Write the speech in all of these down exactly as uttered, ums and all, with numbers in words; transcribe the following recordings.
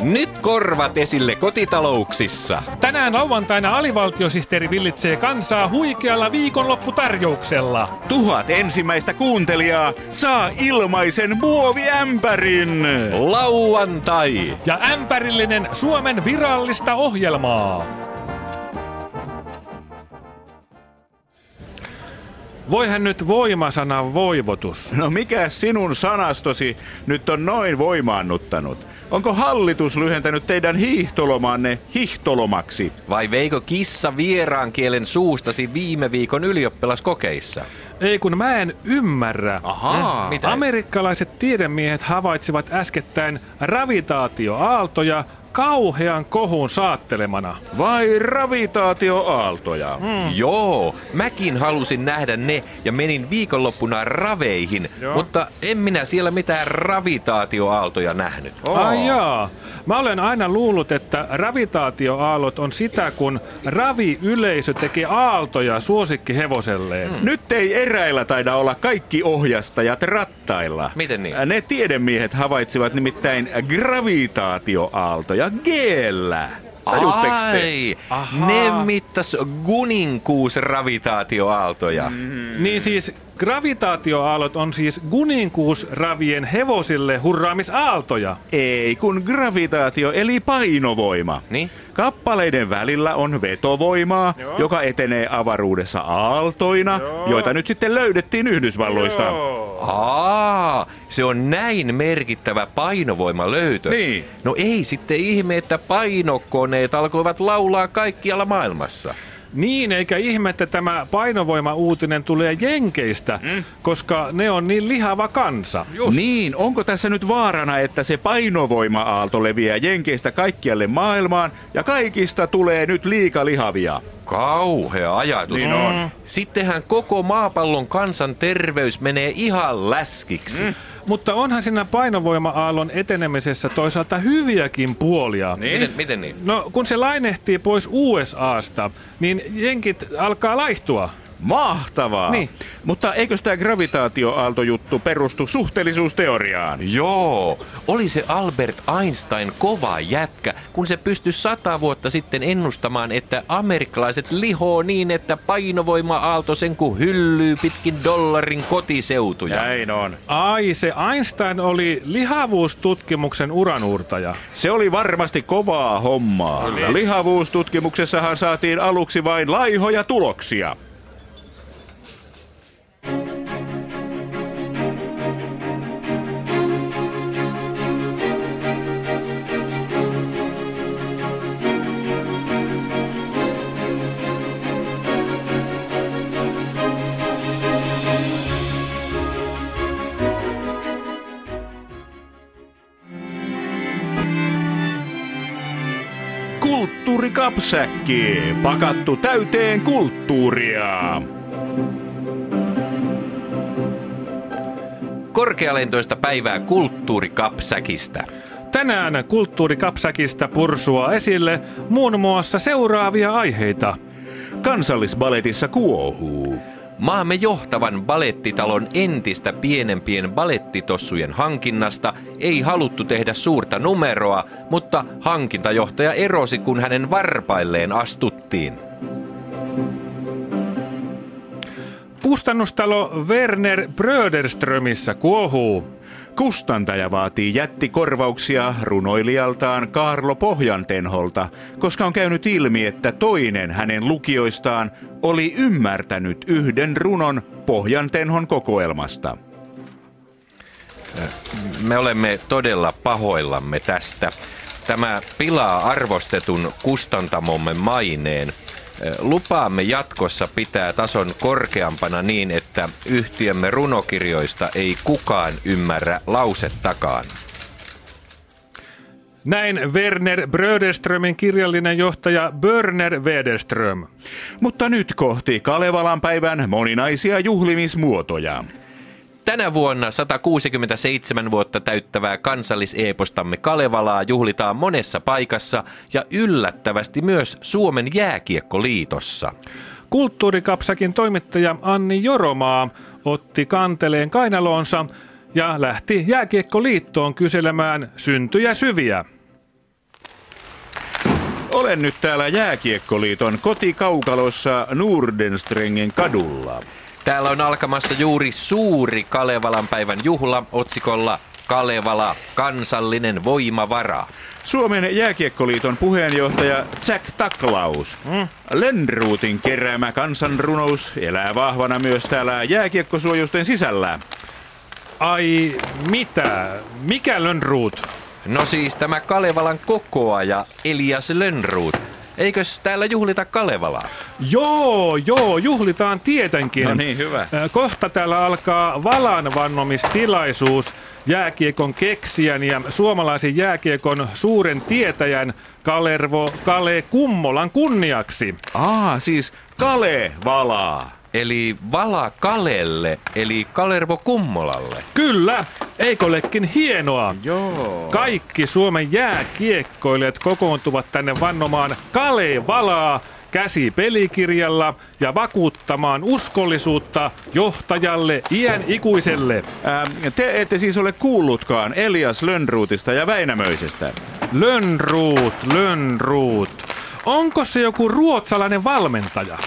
Nyt korvat esille kotitalouksissa. Tänään lauantaina alivaltiosihteeri villitsee kansaa huikealla viikonlopputarjouksella. Tuhat ensimmäistä kuuntelijaa saa ilmaisen muoviämpärin. Lauantai. Ja ämpärillinen Suomen virallista ohjelmaa. Voihan nyt voimasana voivotus. No mikä sinun sanastosi nyt on noin voimaannuttanut? Onko hallitus lyhentänyt teidän hiihtolomanne hiihtolomaksi? Vai veikö kissa vieraan kielen suustasi viime viikon ylioppilaskokeissa? Ei kun mä en ymmärrä. Ahaa. Mitä? Amerikkalaiset tiedemiehet havaitsivat äskettäin ravitaatioaaltoja kauhean kohun saattelemana. Vai ravitaatioaaltoja? Mm. Joo, mäkin halusin nähdä ne ja menin viikonloppuna raveihin, Joo. mutta en minä siellä mitään ravitaatioaaltoja nähnyt. Oh. Ai jaa. Mä olen aina luullut, että ravitaatioaallot on sitä, kun raviyleisö tekee aaltoja suosikkihevoselleen. Mm. Nyt ei eräillä taida olla kaikki ohjastajat rattailla. Miten niin? Ne tiedemiehet havaitsivat nimittäin gravitaatioaaltoja geellä. Ai, ne mittas kuninkuusravitaatioaaltoja. Mm. Niin siis gravitaatioaallot on siis kuninkuusravien hevosille hurraamisaaltoja. Ei, kun gravitaatio eli painovoima. Niin? Kappaleiden välillä on vetovoimaa, Joo. joka etenee avaruudessa aaltoina, Joo. joita nyt sitten löydettiin Yhdysvalloista. Joo. Aa, se on näin merkittävä painovoimalöytö. Niin. No ei sitten ihme, että painokoneet alkoivat laulaa kaikkialla maailmassa. Niin, eikä ihme, että tämä painovoima-uutinen tulee Jenkeistä, mm. koska ne on niin lihava kansa. Just. Niin, onko tässä nyt vaarana, että se painovoima-aalto leviää Jenkeistä kaikkialle maailmaan ja kaikista tulee nyt liika lihavia? Kauhea ajatus. Niin on. Sittenhän koko maapallon kansan terveys menee ihan läskiksi. Mm. Mutta onhan siinä painovoima-aallon etenemisessä toisaalta hyviäkin puolia. Niin? Miten, miten niin? No, kun se lainehtii pois U S A:sta, niin jenkit alkaa laihtua. Mahtavaa! Niin. Mutta eikö tämä gravitaatioaaltojuttu perustu suhteellisuusteoriaan? Joo, oli se Albert Einstein kova jätkä, kun se pystyi sata vuotta sitten ennustamaan, että amerikkalaiset lihoo niin, että painovoima-aalto sen kuin hyllyy pitkin dollarin kotiseutuja. Näin on. Ai, se Einstein oli lihavuustutkimuksen uranuurtaja. Se oli varmasti kovaa hommaa. Oli. Lihavuustutkimuksessahan saatiin aluksi vain laihoja tuloksia. Kulttuurikapsäkki, pakattu täyteen kulttuuria. Korkealentoista päivää kulttuurikapsäkistä. Tänään kulttuurikapsäkistä pursua esille muun muassa seuraavia aiheita. Kansallisbaletissa kuohuu. Maamme johtavan balettitalon entistä pienempien balettitossujen hankinnasta ei haluttu tehdä suurta numeroa, mutta hankintajohtaja erosi, kun hänen varpailleen astuttiin. Kustannustalo Werner Bröderströmissä kuohuu. Kustantaja vaatii jättikorvauksia runoilijaltaan Kaarlo Pohjantenholta, koska on käynyt ilmi, että toinen hänen lukijoistaan oli ymmärtänyt yhden runon Pohjantenhon kokoelmasta. Me olemme todella pahoillamme tästä. Tämä pilaa arvostetun kustantamomme maineen. Lupaamme jatkossa pitää tason korkeampana niin, että yhtiömme runokirjoista ei kukaan ymmärrä lausettakaan. Näin Werner Bröderströmin kirjallinen johtaja Börner Wederström. Mutta nyt kohti Kalevalan päivän moninaisia juhlimismuotoja. Tänä vuonna sata kuusikymmentäseitsemän vuotta täyttävää kansalliseepostamme Kalevalaa juhlitaan monessa paikassa ja yllättävästi myös Suomen jääkiekkoliitossa. Kulttuurikapsakin toimittaja Anni Joromaa otti kanteleen kainaloonsa ja lähti Jääkiekkoliittoon kyselemään syntyjä syviä. Olen nyt täällä Jääkiekkoliiton kotikaukalossa Nordensträngen kadulla. Täällä on alkamassa juuri suuri Kalevalan päivän juhla otsikolla Kalevala, kansallinen voimavara. Suomen Jääkiekkoliiton puheenjohtaja Jack Taklaus. Mm. Lönnruutin keräämä kansanrunous elää vahvana myös täällä jääkiekkosuojusten sisällä. Ai mitä? Mikä Lönnruut? No siis tämä Kalevalan kokoaja Elias Lönnruut. Eikös täällä juhlita Kalevalaa? Joo, joo, juhlitaan tietenkin. No niin, hyvä. Kohta täällä alkaa valanvannomistilaisuus jääkiekon keksijän ja suomalaisen jääkiekon suuren tietäjän Kalervo Kale Kummolan kunniaksi. Aa, siis Kalevalaa. Eli vala Kalelle, eli Kalervo Kummolalle. Kyllä, eikö olekin hienoa? Joo. Kaikki Suomen jääkiekkoilijat kokoontuvat tänne vannomaan Kalevalaa käsi pelikirjalla ja vakuuttamaan uskollisuutta johtajalle iän ikuiselle. Ää, te ette siis ole kuullutkaan Elias Lönnruutista ja Väinämöisestä. Lönnruut, Lönnruut. Onko se joku ruotsalainen valmentaja?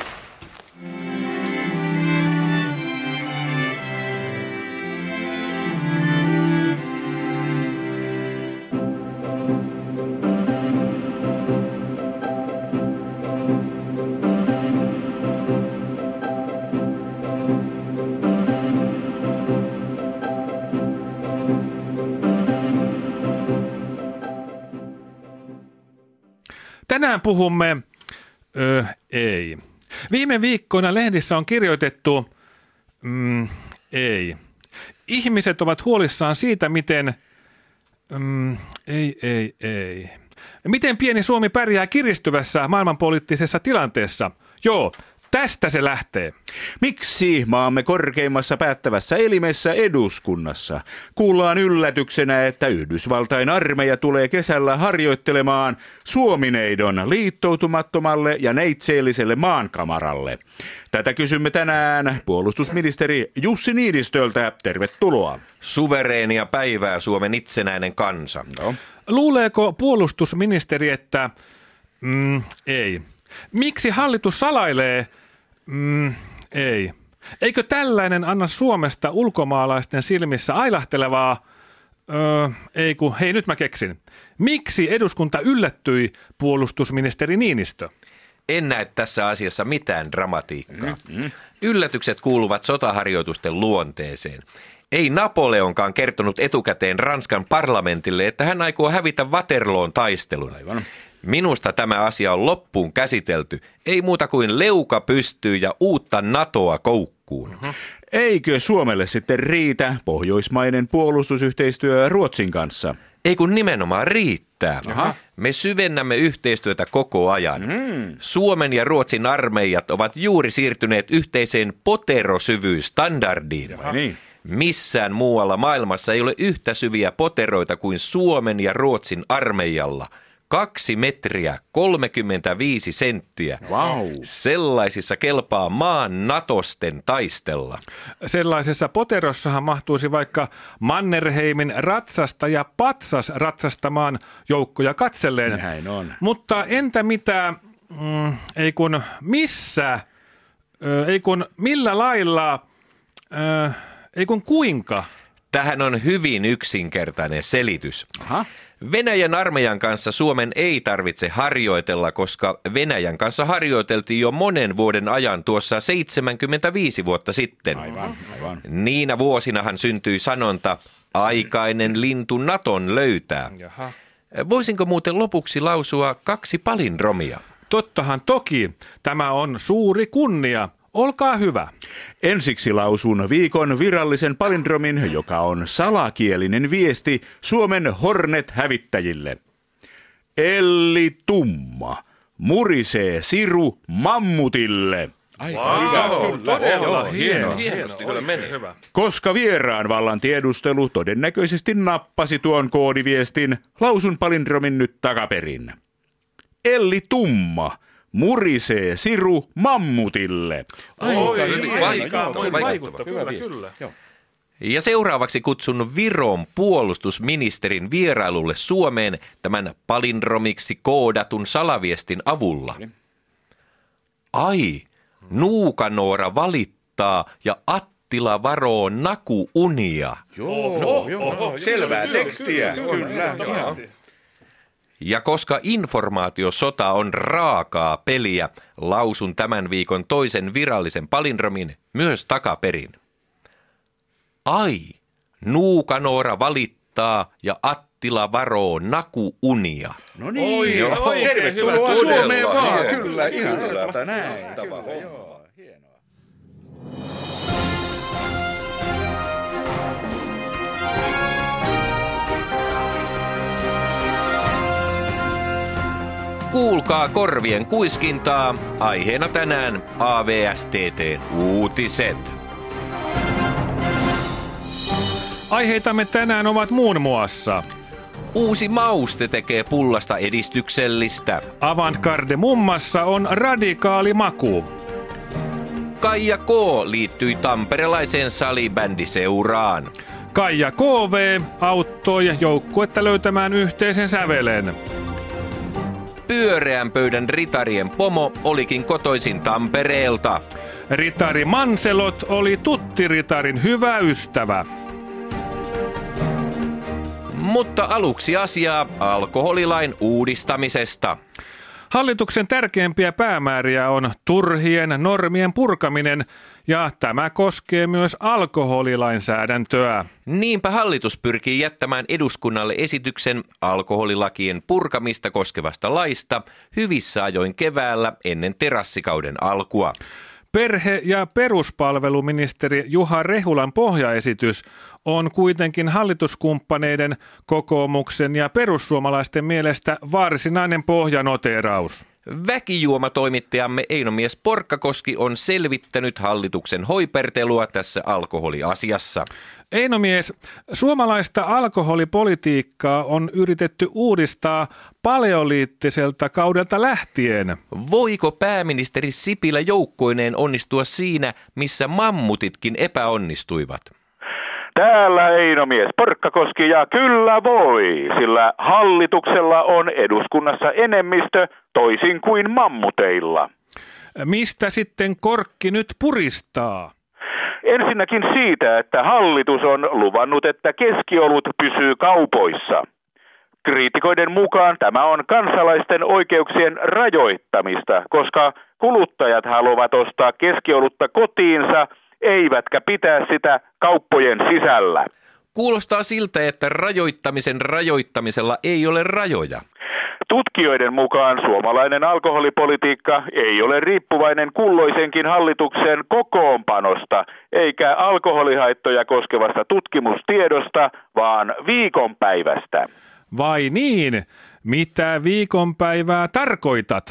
Tänään puhumme, öö, ei. Viime viikkoina lehdissä on kirjoitettu, mm, ei. Ihmiset ovat huolissaan siitä, miten, mm, ei, ei, ei. Miten pieni Suomi pärjää kiristyvässä maailmanpoliittisessa tilanteessa? Joo, tästä se lähtee. Miksi maamme korkeimmassa päättävässä elimessä eduskunnassa kuullaan yllätyksenä, että Yhdysvaltain armeija tulee kesällä harjoittelemaan Suomineidon liittoutumattomalle ja neitseelliselle maankamaralle? Tätä kysymme tänään puolustusministeri Jussi Niinistöltä. Tervetuloa. Suvereenia päivää Suomen itsenäinen kansa. No. Luuleeko puolustusministeri, että mm, ei? Miksi hallitus salailee? Mm, ei. Eikö tällainen anna Suomesta ulkomaalaisten silmissä ailahtelevaa? Öö, ei kun, hei nyt mä keksin. Miksi eduskunta yllättyi puolustusministeri Niinistö? En näe tässä asiassa mitään dramatiikkaa. Mm-hmm. Yllätykset kuuluvat sotaharjoitusten luonteeseen. Ei Napoleonkaan kertonut etukäteen Ranskan parlamentille, että hän aikoo hävitä Waterloon taistelun. Aivan. Minusta tämä asia on loppuun käsitelty. Ei muuta kuin leuka pystyy ja uutta NATOa koukkuun. Uh-huh. Eikö Suomelle sitten riitä pohjoismainen puolustusyhteistyö Ruotsin kanssa? Ei kun nimenomaan riittää. Aha. Me syvennämme yhteistyötä koko ajan. Mm. Suomen ja Ruotsin armeijat ovat juuri siirtyneet yhteiseen poterosyvyysstandardiin. Niin. Missään muualla maailmassa ei ole yhtä syviä poteroita kuin Suomen ja Ruotsin armeijalla. Kaksi metriä, kolmekymmentäviisi senttiä. Wow. Sellaisissa kelpaa maan natosten taistella. Sellaisessa poterossahan mahtuisi vaikka Mannerheimin ratsastaja patsas ratsastamaan joukkoja katselleen. Näin on. Mutta entä mitä, mm, ei kun missä, ö, ei kun millä lailla, ö, ei kun kuinka? Tähän on hyvin yksinkertainen selitys. Aha. Venäjän armeijan kanssa Suomen ei tarvitse harjoitella, koska Venäjän kanssa harjoiteltiin jo monen vuoden ajan tuossa seitsemänkymmentäviisi vuotta sitten. Aivan, aivan. Niinä vuosinahan syntyi sanonta, aikainen lintu Naton löytää. Jaha. Voisinko muuten lopuksi lausua kaksi palindromia? Tottahan toki, tämä on suuri kunnia. Olkaa hyvä. Ensiksi lausun viikon virallisen palindromin, joka on salakielinen viesti Suomen Hornet-hävittäjille. Elli Tumma murisee siru mammutille. Ai, Wow, todella hieno. Hienosti kyllä meni. Hyvä. Koska vieraan vallan tiedustelu todennäköisesti nappasi tuon koodiviestin, lausun palindromin nyt takaperin. Elli Tumma murisee siru mammutille. Aika hyvin. Vaikuttava, Vaikuttava. vaikuttava, kyllä, kyllä. Ja seuraavaksi kutsun Viron puolustusministerin vierailulle Suomeen tämän palindromiksi koodatun salaviestin avulla. Ai, Nuukanoora valittaa ja Attila varoo Naku-unia. Joo, no, joo, no, selvää tekstiä. Kyllä, joo. Ja koska informaatiosota on raakaa peliä, lausun tämän viikon toisen virallisen palindromin myös takaperin. Ai, Nuukanoora valittaa ja Attila varoo Naku-unia. No niin, joo, oi, tervetuloa hyvä, Suomeen vaan. Kyllä, ihan totta, näin. Kyllä, joo, hienoa. Kuulkaa korvien kuiskintaa. Aiheena tänään A V S T T:n uutiset. Aiheitamme tänään ovat muun muassa: Uusi mauste tekee pullasta edistyksellistä. Avantgarde mummassa on radikaali maku. Kaija K. liittyi tamperelaiseen salibändiseuraan. Kaija K V auttoi joukkuetta löytämään yhteisen sävelen. Pyöreän pöydän ritarien pomo olikin kotoisin Tampereelta. Ritari Manselot oli tuttiritarin hyvä ystävä. Mutta aluksi asiaa alkoholilain uudistamisesta. Hallituksen tärkeimpiä päämääriä on turhien normien purkaminen, ja tämä koskee myös alkoholilainsäädäntöä. Niinpä hallitus pyrkii jättämään eduskunnalle esityksen alkoholilakien purkamista koskevasta laista hyvissä ajoin keväällä ennen terassikauden alkua. Perhe- ja peruspalveluministeri Juha Rehulan pohjaesitys on kuitenkin hallituskumppaneiden, kokoomuksen ja perussuomalaisten mielestä varsinainen pohjanoteraus. Väkijuomatoimittajamme Einomies Porkkakoski on selvittänyt hallituksen hoipertelua tässä alkoholiasiassa. Einomies, suomalaista alkoholipolitiikkaa on yritetty uudistaa paleoliittiselta kaudelta lähtien. Voiko pääministeri Sipilä joukkoineen onnistua siinä, missä mammutitkin epäonnistuivat? Täällä Einomies Porkkakoski, ja kyllä voi, sillä hallituksella on eduskunnassa enemmistö toisin kuin mammuteilla. Mistä sitten korkki nyt puristaa? Ensinnäkin siitä, että hallitus on luvannut, että keskiolut pysyy kaupoissa. Kriitikoiden mukaan tämä on kansalaisten oikeuksien rajoittamista, koska kuluttajat haluavat ostaa keskiolutta kotiinsa, eivätkä pitää sitä kauppojen sisällä. Kuulostaa siltä, että rajoittamisen rajoittamisella ei ole rajoja. Tutkijoiden mukaan suomalainen alkoholipolitiikka ei ole riippuvainen kulloisenkin hallituksen kokoonpanosta, eikä alkoholihaittoja koskevasta tutkimustiedosta, vaan viikonpäivästä. Vai niin? Mitä viikonpäivää tarkoitat?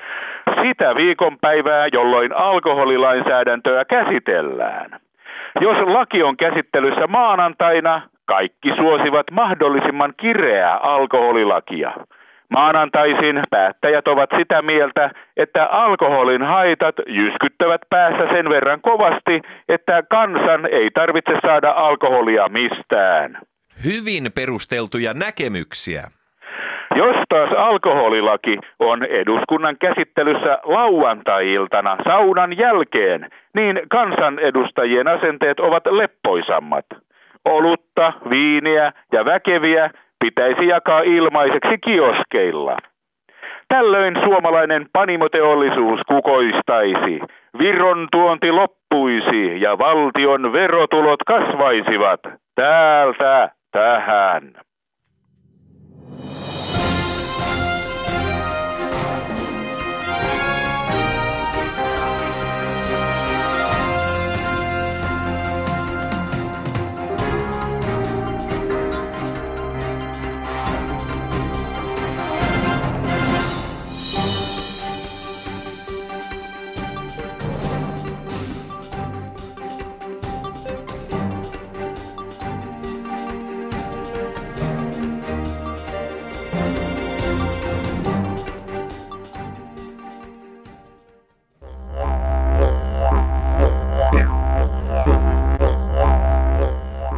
Sitä viikonpäivää, jolloin alkoholilainsäädäntöä käsitellään. Jos laki on käsittelyssä maanantaina, kaikki suosivat mahdollisimman kireää alkoholilakia. Maanantaisin päättäjät ovat sitä mieltä, että alkoholin haitat jyskyttävät päässä sen verran kovasti, että kansan ei tarvitse saada alkoholia mistään. Hyvin perusteltuja näkemyksiä. Jos taas alkoholilaki on eduskunnan käsittelyssä lauantai-iltana saunan jälkeen, niin kansanedustajien asenteet ovat leppoisammat. Olutta, viiniä ja väkeviä pitäisi jakaa ilmaiseksi kioskeilla. Tällöin suomalainen panimoteollisuus kukoistaisi, Viron tuonti loppuisi ja valtion verotulot kasvaisivat täältä tähän.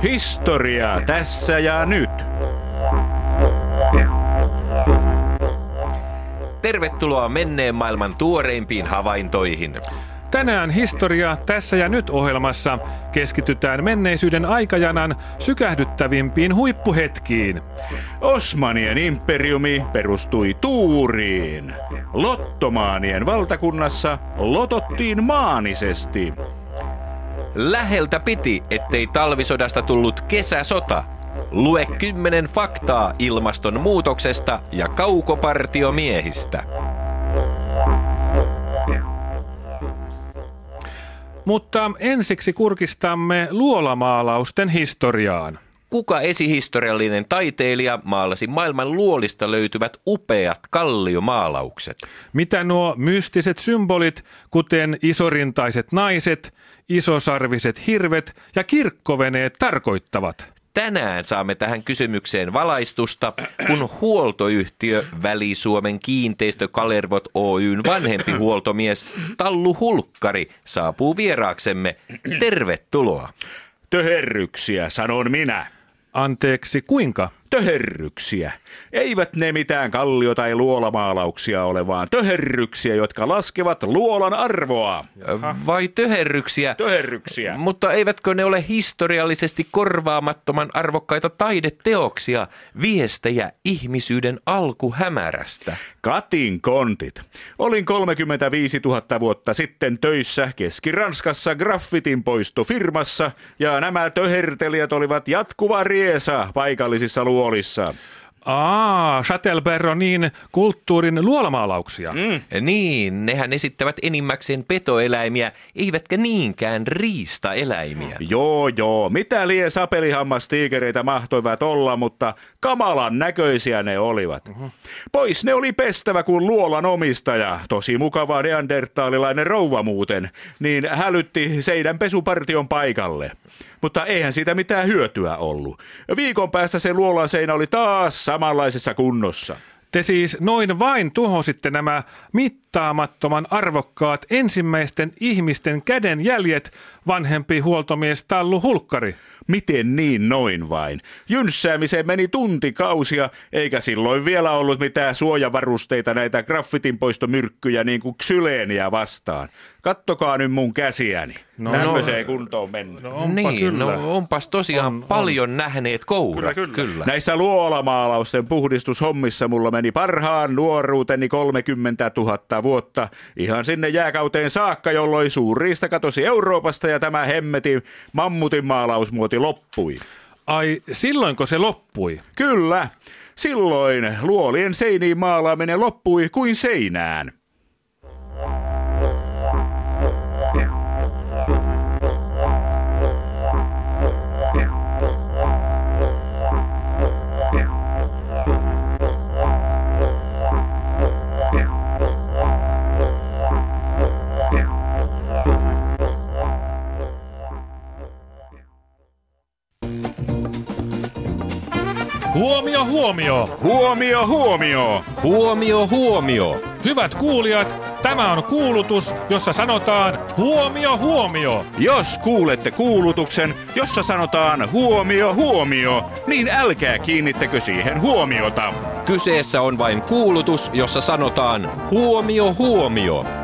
Historia tässä ja nyt. Tervetuloa menneen maailman tuoreimpiin havaintoihin. Tänään Historia tässä ja nyt -ohjelmassa keskitytään menneisyyden aikajanan sykähdyttävimpiin huippuhetkiin. Osmanien imperiumi perustui tuuriin. Lottomaanien valtakunnassa lotottiin maanisesti. Läheltä piti, ettei talvisodasta tullut kesäsota. Lue kymmenen faktaa ilmastonmuutoksesta ja kaukopartiomiehistä. Mutta ensiksi kurkistamme luolamaalausten historiaan. Kuka esihistoriallinen taiteilija maalasi maailman luolista löytyvät upeat kalliomaalaukset? Mitä nuo mystiset symbolit, kuten isorintaiset naiset, isosarviset hirvet ja kirkkoveneet tarkoittavat? Tänään saamme tähän kysymykseen valaistusta, kun huoltoyhtiö Väli-Suomen Kiinteistökalervot Oy:n vanhempi huoltomies Tallu Hulkkari saapuu vieraaksemme. Tervetuloa. Töherryksiä, sanon minä. Anteeksi, kuinka? Töherryksiä. Eivät ne mitään kallio- tai luolamaalauksia ole, vaan töherryksiä, jotka laskevat luolan arvoa. Vai töherryksiä? Töherryksiä. Mutta eivätkö ne ole historiallisesti korvaamattoman arvokkaita taideteoksia, viestejä ihmisyyden alkuhämärästä? Katin kontit. Olin kolmekymmentäviisituhatta vuotta sitten töissä Keski-Ranskassa graffitinpoistofirmassa, ja nämä töhertelijät olivat jatkuva riesa paikallisissa luolissa. Aa, Chatelperronin kulttuurin luolamaalauksia. Mm. Niin, nehän esittävät enimmäkseen petoeläimiä, eivätkä niinkään riistaeläimiä. Joo, joo. Mitä lie sapelihammastiikereitä mahtoivat olla, mutta kamalan näköisiä ne olivat. Uh-huh. Pois ne oli pestävä kuin luolan omistaja. Tosi mukava neandertaalilainen rouva muuten, niin hälytti seinän pesupartion paikalle. Mutta eihän siitä mitään hyötyä ollut. Viikon päästä se luolan seinä oli taas samanlaisessa kunnossa. Te siis noin vain tuhositte nämä mittaamattoman arvokkaat ensimmäisten ihmisten kädenjäljet, vanhempi huoltomies Tallu Hulkkari. Miten niin noin vain? Jynssäämiseen meni tuntikausia, eikä silloin vielä ollut mitään suojavarusteita näitä graffitinpoistomyrkkyjä niin kuin Xyleeniä vastaan. Kattokaa nyt mun käsiäni. No, Tämmöiseen no, kuntoon mennä. No onpa niin, kyllä. no onpas tosiaan on, paljon on. nähneet kourat. Kyllä, kyllä. kyllä. Näissä luolamaalausten puhdistushommissa mulla meni parhaan nuoruuteni kolmekymmentätuhatta vuotta. Ihan sinne jääkauteen saakka, jolloin suurriista katosi Euroopasta ja tämä hemmetin mammutin maalausmuoti loppui. Ai, silloinko se loppui? Kyllä. Silloin luolien seiniin maalaaminen loppui kuin seinään. Huomio, huomio! Huomio, huomio! Huomio, huomio! Hyvät kuulijat, tämä on kuulutus, jossa sanotaan huomio, huomio! Jos kuulette kuulutuksen, jossa sanotaan huomio, huomio, niin älkää kiinnittäkö siihen huomiota. Kyseessä on vain kuulutus, jossa sanotaan huomio, huomio.